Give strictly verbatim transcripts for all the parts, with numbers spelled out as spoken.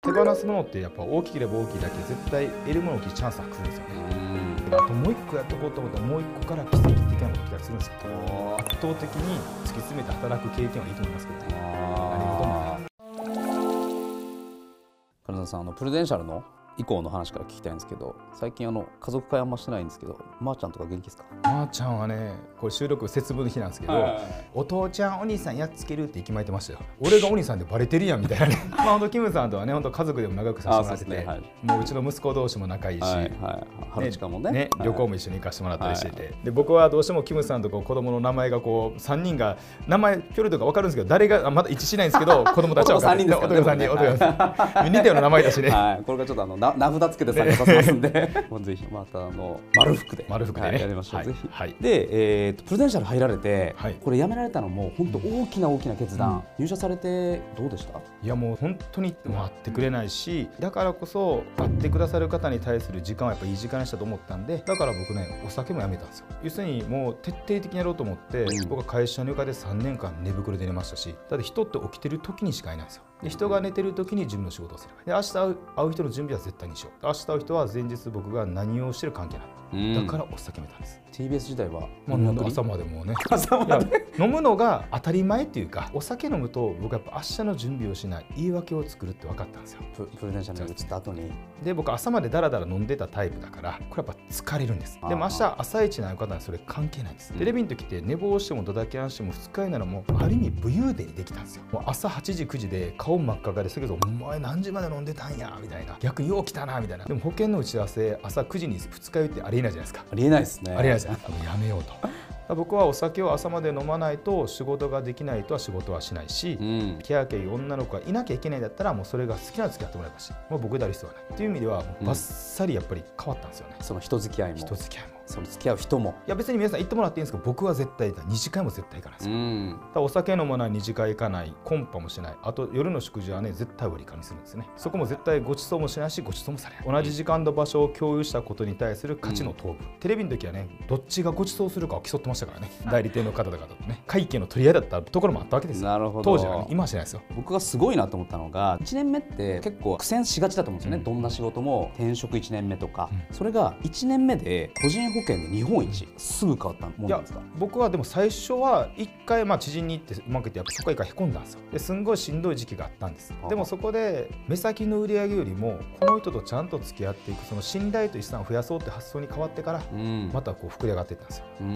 手放すものってやっぱ大きければ大きいだけ絶対得るもの大きいチャンスは来るんですよね。あともう一個やっとこうと思ったらもう一個から奇跡的なことが来たりするんですよ。圧倒的に突き詰めて働く経験はいいと思いますけどね。何事も。 金田さん、あのプルデンシャルの以降の話から聞きたいんですけど、最近あの家族会あんましてないんですけど、まーちゃんとか元気ですか？ まーちゃんはね、これ収録節分の日なんですけど、はいはいはい、お父ちゃんお兄さんやっつけるって息巻いてましたよ。俺がお兄さんでバレてるやんみたいなね。まあ本当キムさんとはね、本当家族でも長くさせてもらってて、う、ねはい、もううちの息子同士も仲いいし、はいはい、 春近もね、 ね、旅行も一緒に行かせてもらったりしてて、はい、で僕はどうしてもキムさんとこう子供の名前がこうさんにんが名前ピョルとか分かるんですけど、誰がまだ一致しないんですけど、子供たちは分かる。男さんにん、男さんにん、似たような名前だしね。 はい、これがちょっとあの名札つけて参加させますんで。ぜひまたあの丸福で丸福でね、 やりましょう。ぜひ。 はい。 で、えっとプルデンシャル入られて、 はい、 これ辞められたのも本当大きな大きな決断。入社されてどうでした？ いやもう本当に会ってくれないし、だからこそ会ってくださる方に対する時間はやっぱいい時間にしたと思ったんで、だから僕ねお酒もやめたんですよ。要するにもう徹底的にやろうと思って、うん、僕は会社の床でさんねんかん寝袋で寝ましたし、だって人って起きてる時にしかいないんですよ。で人が寝てる時に自分の仕事をする。で明日会う会う人の準備は絶対にしよう。明日会う人は前日僕が何をしてる関係ない。うん、だからお酒やめたんです。 ティービーエス 時代はまあ朝までもうね朝まで飲むのが当たり前っていうか、お酒飲むと僕はやっぱ明日の準備をしない言い訳を作るって分かったんですよ。 ププルデンシャルに移った後に。 で僕朝までダラダラ飲んでたタイプだから、これやっぱ疲れるんです。でも明日朝一になる方はそれ関係ないんです。テレビの時って寝坊してもドタキャンしても二日酔いならもうある意味武勇伝にできたんですよ。もう朝はちじくじで顔真っ赤ですけど、お前何時まで飲んでたんやみたいな、逆によう来たなみたいな。でも保険の打ち合わせ朝くじに二日酔いってありえないじゃないですか。 ありえないですね。 ありえないです。やめようと。僕はお酒を朝まで飲まないと仕事ができないとは仕事はしないし、うん、キャーキャーいう女の子がいなきゃいけないんだったらもうそれが好きな付き合ってもらえばし、もう僕である必要はないっていう意味ではもうバッサリやっぱり変わったんですよね。 その人付き合いも人付き合いもその付き合う人も、 いや別に皆さん行ってもらっていいんですけど、僕は絶対に次会も絶対行かないですよ。うん、だお酒飲まない、二次会行かない、コンパもしない、あと夜の食事はね絶対割り勘にするんですね。そこも絶対ご馳走もしないしご馳走もされない。同じ時間と場所を共有したことに対する価値の等分、うん、テレビの時はねどっちがご馳走するかを競ってましたからね。代理店の方々とね会計の取り合いだったところもあったわけですよ。 なるほど。 当時はね、今はしないですよ。 僕がすごいなと思ったのが、いちねんめって結構苦戦しがちだと思うんですよね。うん、どんな仕事も転職いちねんめとか、うん、それがいちねんめで個人保険で日本一すぐ変わったもんなんですか？ いや僕はでも最初はいっかいまあ知人に行ってうまくいってやっぱそこからへこんだんですよ。ですんごいしんどい時期があったんです。でもそこで目先の売り上げよりもこの人とちゃんと付き合っていく、その信頼と資産を増やそうって発想に変わってから、うん、またこう膨れ上がっていったんですよ。うん、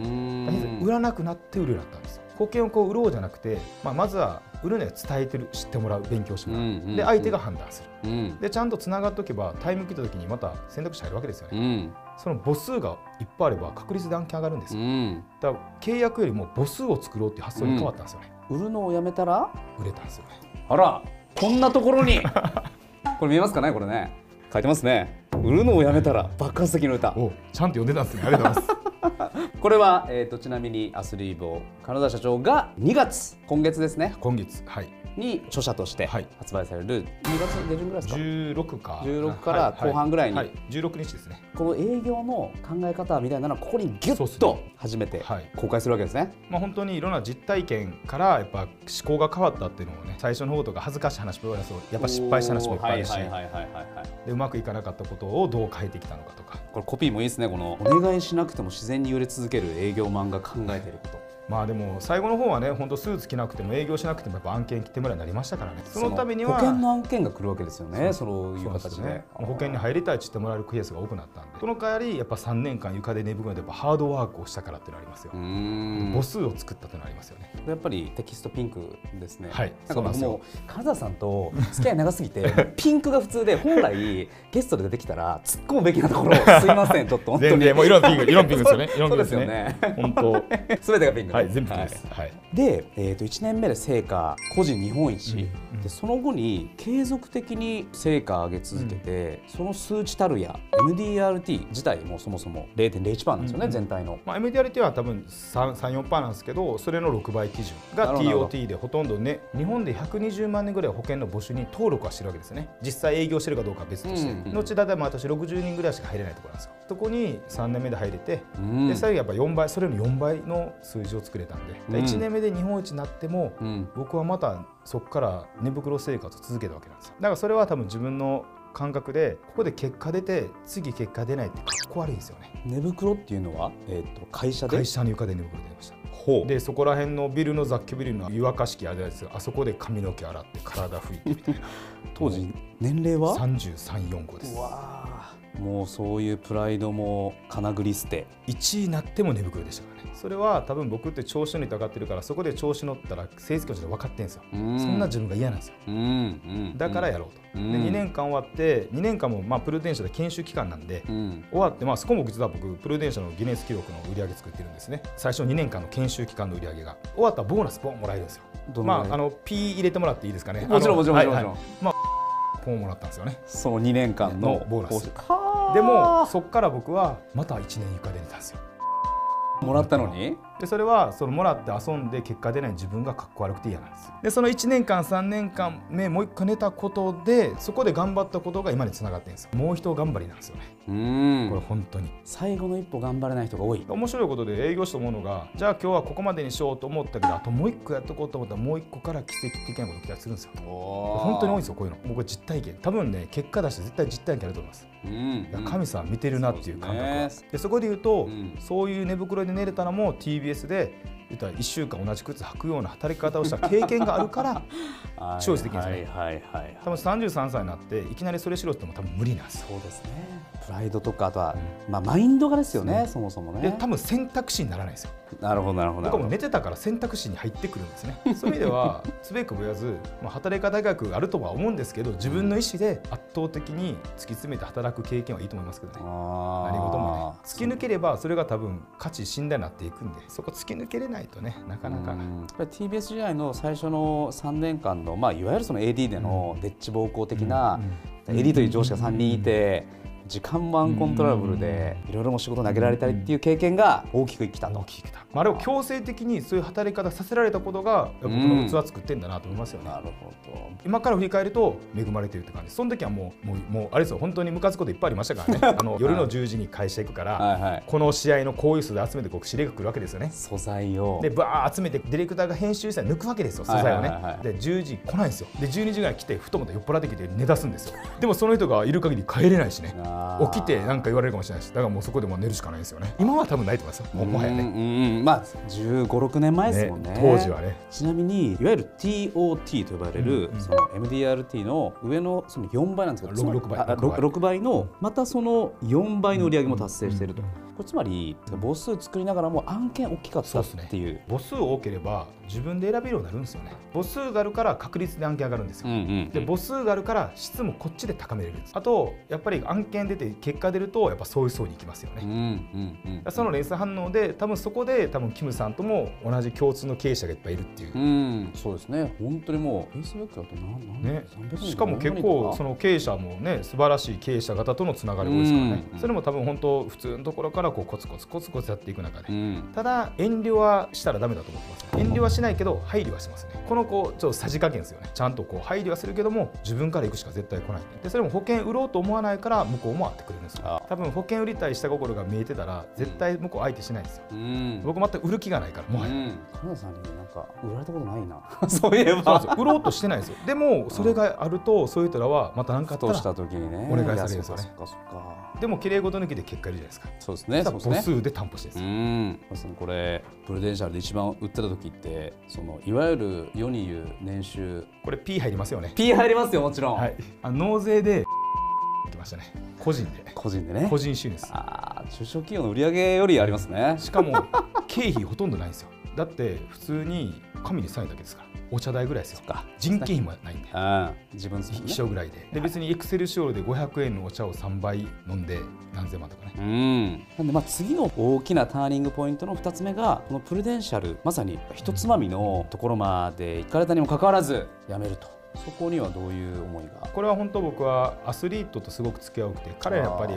売らなくなって売るようになったんですよ。保険をこう売ろうじゃなくて、まあ、まずは売るのは伝えてる、知ってもらう、勉強してもらう、うんうんうん、で相手が判断する、うん、でちゃんとつながっておけばタイム切った時にまた選択肢入るわけですよね。うん、その母数がいっぱいあれば確率で案件上がるんですよ。うん、だから契約よりも母数を作ろうっていう発想に変わったんですよね。 うん、売るのをやめたら売れたんですよね。 あら、こんなところにこれ見えますかね、これね書いてますね。売るのをやめたら爆発的に売れた。 お、ちゃんと読んでたんですね。ありがとうございます。 これは、えー、とちなみにアスリーボ金田社長がにがつ、今月ですね、 今月、はい、 に著者として発売される、にがつ下旬ぐらいですか、 じゅうろくかじゅうろくから後半ぐらいに、 はいはいはい、じゅうろくにちですね。 この営業の考え方みたいなのはここにギュッと初めて公開するわけですね。はい、まあ、本当にいろんな実体験からやっぱ思考が変わったっていうのもね、最初の方とか恥ずかしい話もやっぱ失敗した話もいっぱいあるし、でうまくいかなかったことをどう変えてきたのかとか。 これコピーもいいですね。このお願いしなくても自然に売れ続ける営業マンが考えていること。 まあでも最後の方はね、本当スーツ着なくても営業しなくてもやっぱ案件来てもらいになりましたからね。そのためには保険の案件が来るわけですよね。そういう形で、ね、 保険に入りたいって言ってもらえるケースが多くなったんで、その代わりやっぱさんねんかん床で寝袋でやっぱハードワークをしたからっていうのありますよ。母数を作ったっていうのありますよね。 やっぱりテキストピンクですね。 はい、 なんか僕も金沢さんと付き合い長すぎてピンクが普通で、本来ゲストで出てきたら突っ込むべきなところをすいません、ちょっと本当にもう色のピンク、色のピンクですよね。 そうですよね。 本当すべてがピンク。 はい、全部ピンクです。はい、 で、えー、といちねんめで成果個人日本一、うん、でその後に継続的に成果を上げ続けて、うん、その数値たるや エムディーアールティー 自体もそもそも ゼロてんゼロいちパーセント なんですよね、うん、全体の、 まあ、エムディーアールティー は多分 さん、よんパーセント なんですけど、それのろくばい基準が ティーオーティー でほとんどね、日本でひゃくにじゅうまんにんぐらい保険の募集に登録はしてるわけですね。実際営業してるかどうかは別として、うん、後だいたい私ろくじゅうにんぐらいしか入れないところなんですよ。 とこにさんねんめで入れて、 うん、 で最後やっぱよんばい、それよりよんばいの数字を作れたんで、うん、いちねんめで日本一になっても、うん、僕はまたそこから寝袋生活を続けたわけなんですよ。だからそれは多分自分の感覚で、ここで結果出て次結果出ないってかっこ悪いんですよね。 寝袋っていうのは、えー、と会社で会社の床で寝袋出ました。ほう。でそこら辺のビルの雑居ビルの湯沸かし器あるじゃないですか、あそこで髪の毛洗って体拭いてみたいな当時年齢はさんじゅうさん、よんごです。 うわもうそういうプライドもかなぐり捨ていちいになっても寝袋でしたからね。それは多分僕って調子乗りと上がってるから、そこで調子乗ったら成績落ちて分かってるんですよ。そんな自分が嫌なんですよ。だからやろうと。でにねんかん終わって、にねんかんもまあプルデンシャで研修期間なんで、うん、終わって、まあそこも実は僕プルデンシャのギネス記録の売り上げ作ってるんですね。最初にねんかんの研修期間の売り上げが終わったらボーナスボンもらえるんですよ。まああの P 入れてもらっていいですかね。 もちろんもちろんもちろん、はいはい、 まあポンもらったんですよね、そのにねんかんのボーナス。でもそこから僕はまたいちねん床で寝たんですよ。 もらったのに。 でそれはそのもらって遊んで結果出ない自分がかっこ悪くて嫌なんです。でそのいちねんかんさんねんかんめもう一回寝たことで、そこで頑張ったことが今につながってるんですよ。もう一頑張りなんですよね。うんこれ本当に最後の一歩頑張れない人が多い。 面白いことで営業士と思うのが、じゃあ今日はここまでにしようと思ったけど、あともう一個やっとこうと思ったらもう一個から奇跡的なことが来たりするんですよ。本当に多いんですよこういうの。僕は実体験、多分ね結果出して絶対実体験あると思います。うん、神様見てるなっていう感覚は。そ で, ね、でそこで言うと、うん、そういう寝袋で寝れたのも ティービーエス で言ったらいっしゅうかん同じ靴履くような働き方をした経験があるからチョイスできるんですね。多分さんじゅうさんさいになっていきなりそれしろっても多分無理なんですよ。 そうですね。プライドとかあとは、うんまあ、マインドがですよね、そもそもね。 で多分選択肢にならないですよ。 なるほどなるほど。 僕も寝てたから選択肢に入ってくるんですね。そういう意味ではつべこべ言わず、まあ、働き方改革あるとは思うんですけど、自分の意思で圧倒的に突き詰めて働く経験はいいと思いますけどね。何事もね突き抜ければそれが多分価値信頼になっていくんで、そこ突き抜けれないとねなかなか。 やっぱり ティービーエス 時代の最初のさんねんかんの、まあ、いわゆるその エーディー でのデッチ暴行的な、エーディー という上司がさんにんいて、時間もアンコントローラブルでいろいろも仕事投げられたりっていう経験が大きく生きたと。 大きく生きた。まあ、あれを強制的にそういう働き方させられたことが僕の器作ってんだなと思いますよね。なるほど。今から振り返ると恵まれてるって感じ。その時はもうもうもうあれですよ、本当にムカつくこといっぱいありましたからね。あの夜のじゅうじに会社行くから、はいはい、この試合のこういう数で集めてこう指令が来るわけですよね。 素材をでバー集めてディレクターが編集したら抜くわけですよ、素材をね。でじゅうじ来ないんですよ。でじゅうにじぐらい来てふとまた酔っ払ってきて寝出すんですよ。でもその人がいる限り帰れないしね。起きてなんか言われるかもしれないし、だからもうそこでもう寝るしかないんですよね。今は多分ないと思いますよ。もうもはやね。 うんうん、まあじゅうご、ろくねんまえですもんね。 ね当時はね。 ちなみにいわゆる ティーオーティー と呼ばれる、うんうん、その エムディーアールティー の上のそのよんばいなんですけど、ろくばい、ろくばいのまたそのよんばいの売り上げも達成していると。これつまり母数作りながらも案件大きかったっていう。 母数多ければ自分で選べるようになるんですよね。母数があるから確率で案件上がるんですよ。うんうんうん、で母数があるから質もこっちで高めれるんです。あとやっぱり案件出て結果出るとやっぱそういう層に行きますよね。うんうんうん、その連鎖反応で多分そこで多分キムさんとも同じ共通の経営者がいっぱいいるっていう。 うん、そうですね。本当にもうフェイスブックだと何何ね、しかも結構その経営者もね素晴らしい経営者方とのつながり多いですからね。それも多分本当普通のところからこうコツコツコツコツやっていく中で、うん、ただ遠慮はしたらダメだと思ってます。遠慮はしないけど配慮はしますね。このこうちょっとさじ加減ですよね。ちゃんとこう配慮はするけども自分から行くしか絶対来ない。でそれも保険売ろうと思わないから向こうも会ってくれるんですよ。多分保険売りたい下心が見えてたら絶対向こう相手しないんですよ。うん、僕全く売る気がないからもはや。 金田さんになんか売られたことないな。そういえばそう売ろうとしてないんですよ。でもそれがあるとそういう人らはまた何かあったらした時にねお願いされるんですよね。でも綺麗事抜きで結果いるじゃないですか。 そうですね。 母数で担保してるんです。これプルデンシャルで一番売ってた時ってそのいわゆる世に言う年収これ P 入りますよね。 P 入りますよもちろん、はい、 あ納税できましたね。個人で個人でね個人収入です。 ああ中小企業の売り上げよりありますね。 しかも経費ほとんどないんですよ。だって普通に紙にサインだけですからお茶代ぐらいですよ。人件費もないんで、あ自分秘書ぐらいで、で別にエクセルシオールでごひゃくえんのお茶をさんばい飲んで何千万とかね。うんなんでまあ次の大きなターニングポイントのふたつめがこのプルデンシャル、まさに一つまみのところまで行かれたにもかかわらず辞めると。そこにはどういう思いが？ これは本当僕はアスリートとすごく付き合うくて、彼はやっぱり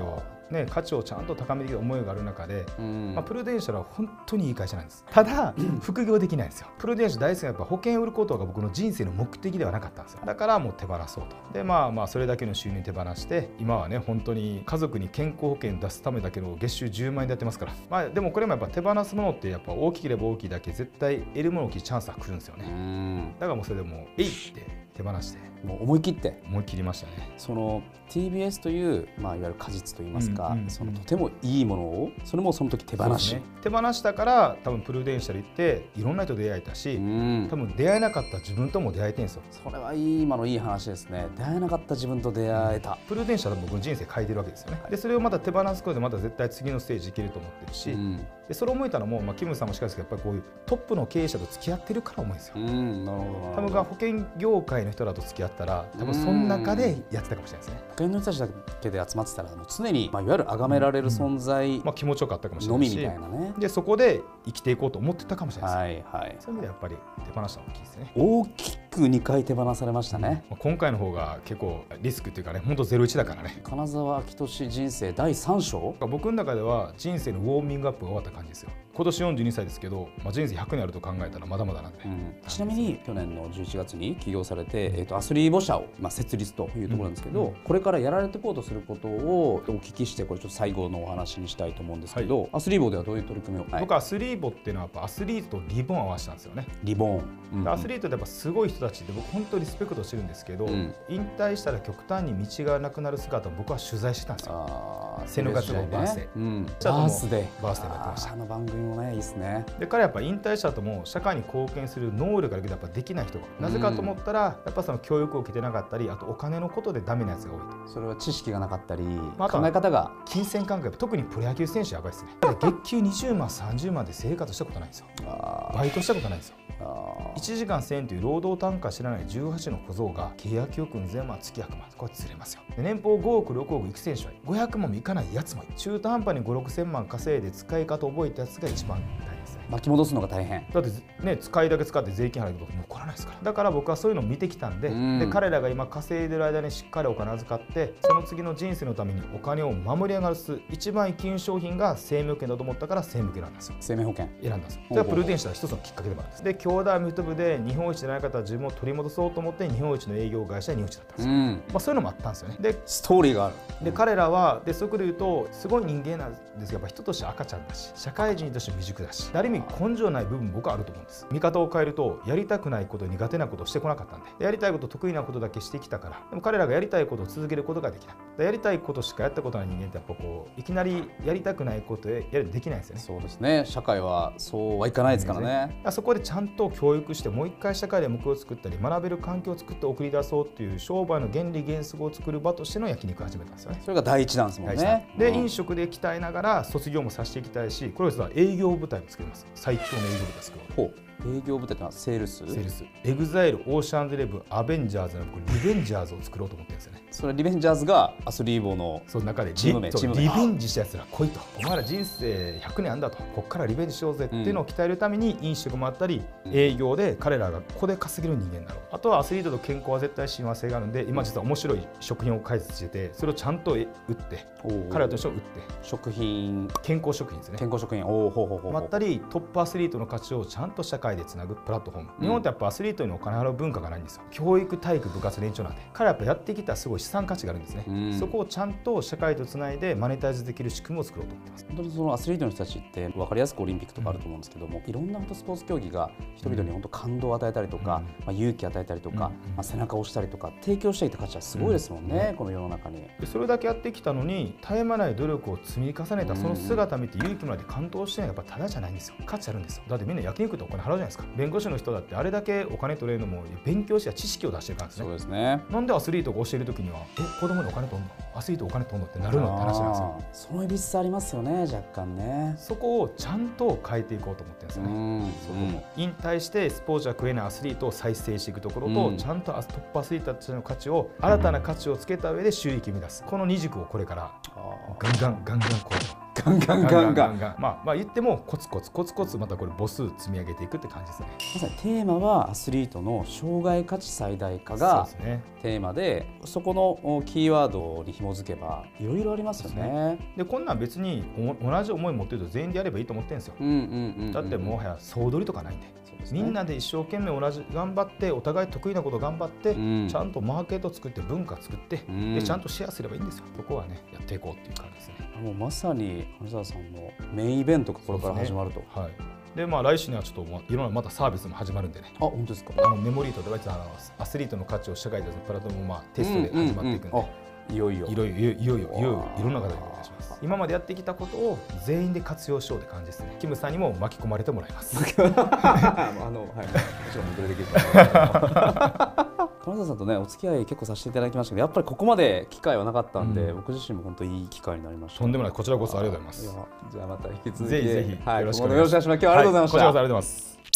ね、価値をちゃんと高めていく思いがある中で、 うんまあ、プルデンシャルは本当にいい会社なんです。ただ副業できないんですよ。プルデンシャル大好きなやっぱ保険を売ることが僕の人生の目的ではなかったんですよ。だからもう手放そうと。でまあまあそれだけの収入手放して今はね本当に家族に健康保険出すためだけの月収じゅうまんえんでやってますから、まあ、でもこれもやっぱ手放すものってやっぱ大きければ大きいだけ絶対得るもの大きいチャンスは来るんですよね。 うんだからもうそれでもうえいって手放してもう思い切って思い切りましたね。 その ティービーエス という、まあ、いわゆる果実といいますか、 うんうんうん、 そのとてもいいものをそれもその時手放し、 ね、手放したから多分プルデンシャル行っていろんな人と出会えたし、 うん、 多分出会えなかった自分とも出会えてるんですよ。 それはいい今のいい話ですね。出会えなかった自分と出会えた、 プルデンシャルは僕の人生変えてるわけですよね。でそれをまた手放すことでまた絶対次のステージいけると思ってるし、うん、でそれを思えたのも、まあ、キムさんもしかしやっぱりこういうトップの経営者と付き合ってるから思うんですよ。 うん、なるほど多分が保険業界の人らと付き合ったら多分その中でやってたかもしれないですね。 保険の人たちだけで集まってたらもう常に、まあ、いわゆる崇められる存在、うんうん、 まあ、気持ちよかったかもしれないしのみみたいなね。 でそこで生きていこうと思ってたかもしれないです、 はいはい、 そういう意味でやっぱり手放したの大きいですね。 大きくにかい手放されましたね、 うん、今回の方が結構リスクっていうかね本当ゼロイチだからね。 金沢明俊人生だいさん章僕の中では人生のウォーミングアップが終わった感じですよ。今年よんじゅうにさいですけど、まあ、人生ひゃくねんあると考えたらまだまだなんで、うん、 ちなみに去年のじゅういちがつに起業されて、えー、とアスリーボ社を、まあ、設立というところなんですけど、うんうん、これからやられていこうとすることをお聞きしてこれちょっと最後のお話にしたいと思うんですけど、はい、アスリーボではどういう取り組みを、はい、 僕はアスリーボっていうのはやっぱアスリートとリボンを合わせたんですよね。 リボン、 うんうん、アスリートってやっぱすごい人たちで僕本当にリスペクトしてるんですけど、うん、引退したら極端に道がなくなる姿を僕は取材してたんですよ。セノガツのバースデー、 うん、バースデーバースデーもやってました。 あの番組もねいいですね。 で彼はやっぱ引退した後も社会に貢献する能力がやっぱできない人が、なぜかと思ったらやっぱその教育を受けてなかったりあとお金のことでダメなやつが多いと。 それは知識がなかったり、 まあ、 考え方が金銭感覚、特にプロ野球選手やばいですね。月給にじゅうまんさんじゅうまんで生活したことないんですよ。バイトしたことないんですよ。いちじかんせんえんという労働単価知らないじゅうはちの小僧が契約よくんぜんまん月ひゃくまんこれずれますよ。で年俸ごおくろくおくいく選手はごひゃくまんもいかないやつもいる。中途半端にごろくせんまん稼いで使い方覚えたやつが一番大変ですね。 巻き戻すのが大変だってね使いだけ使って税金払うこと残らないですから。だから僕はそういうのを見てきたんで、うん、で彼らが今稼いでる間にしっかりお金預かってその次の人生のためにお金を守り上がる一番生きる商品が生命保険だと思ったから生命保険選んだんですよ。 生命保険選んだんですよ。それはプルデンシャルは一つのきっかけでもあるんです。で兄弟アメフト部で日本一じゃない方は自分を取り戻そうと思って日本一の営業会社日本一だったんですよ、うん、まあ、そういうのもあったんですよね。でストーリーがある。 で、うん、彼らはでそこで言うとすごい人間なんですけどやっぱ人として赤ちゃんだし社会人として未熟だしある意味根性ない部分僕はあると思うんです。見方を変えるとやりたくないこと苦手なことをしてこなかったんでやりたいこと得意なことだけしてきたからでも彼らがやりたいことを続けることができない。やりたいことしかやったことない人間ってやっぱこういきなりやりたくないことやるできないんですよね。 そうですね。社会はそうはいかないですからね。 そこでちゃんと教育してもう一回社会で目標を作ったり学べる環境を作って送り出そうっていう商売の原理原則を作る場としての焼肉を始めたんですよね。 それが第一弾ですもんね。 で、うん、飲食で鍛えながら卒業もさせていきたいしこれは営業部隊も作ります。最強の営業部隊作ろう。 ほう営業部隊ってのはセールスセールスエグザイルオーシャンズイレブンアベンジャーズの僕リベンジャーズを作ろうと思ってるんですよね。 それリベンジャーズがアスリーボのその中でチーム名チーム名リベンジしたやつら来いとお前ら人生ひゃくねんあんだとこっからリベンジしようぜっていうのを鍛えるために飲食もあったり、うん、営業で彼らがここで稼げる人間になろう。あとはアスリートと健康は絶対親和性があるんで今実は面白い食品を開発しててそれをちゃんと売って彼らと一緒に売って食品健康食品ですね。 健康食品おおほうほうほうまったりトップアスリートの価値をちゃんと社会でつなぐプラットフォーム、うん、日本ってやっぱアスリートにお金払う文化がないんですよ。教育体育部活連長なんで彼らやっぱやってきたすごい資産価値があるんですね、うん、そこをちゃんと社会とつないでマネタイズできる仕組みを作ろうと思ってます。 本当にそのアスリートの人たちって分かりやすくオリンピックとかあると思うんですけども、うん、いろんなスポーツ競技が人々に本当感動を与えたりとか、うんまあ、勇気を与えたりとか、うんまあ、背中を押したりとか提供していた価値はすごいですもんね、うん、この世の中に。 でそれだけやってきたのに絶え間ない努力を積み重ねたその姿を見て勇気もらって感動してないのはやっぱただじゃないんですよ。価値あるんですよ。だってみんな焼肉ってお金払うじゃないですか。弁護士の人だってあれだけお金取れるのも勉強して知識を出してるからですね。 そうですね。 なんでアスリートが教えるときにはえ子供にお金取んのアスリートお金取んのってなるのって話なんですよ。 そのいびつさありますよね若干ね。 そこをちゃんと変えていこうと思ってるんですよね。そこも引退してスポーツは食えないアスリートを再生していくところと、うん、ちゃんとトップアスリートたちの価値を新たな価値をつけた上で収益を生み出すこの二軸をこれからガンガンガンガンこうガンガンガンガン。 まあまあ言ってもコツコツコツコツまたこれ母数積み上げていくって感じですね。 まさにテーマはアスリートの障害価値最大化がテーマで、そこのキーワードに紐づけばいろいろありますよね。 でこんなん別に同じ思い持ってると全員でやればいいと思ってるんですよ。だってもはや総取りとかないんで、みんなで一生懸命同じ頑張ってお互い得意なこと頑張って、うん、ちゃんとマーケット作って文化作って、うん、でちゃんとシェアすればいいんですよ。そこはねやっていこうっていう感じですね。 もうまさに金沢さんのメインイベントがこれから始まると。 はい。でまあ来週にはちょっといろんなまたサービスも始まるんでね。 あ、本当ですか。 あのメモリートであのアスリートの価値を社会でプラットフォームまあテストで始まっていくんで。うんうんうん、 いよいよいよいよいよいよいよいろんな方にお願いします。今までやってきたことを全員で活用しようって感じですね。キムさんにも巻き込まれてもらいます。あのはい、もちろん戻れてきる。金沢さんとねお付き合い結構させていただきましたけど、やっぱりここまで機会はなかったんで、うん、僕自身も本当にいい機会になりました。 とんでもない、こちらこそありがとうございます。 じゃあまた引き続きぜひぜひ、 はい、よろしくお願いします。今日はありがとうございました。 こちらこそありがとうございます。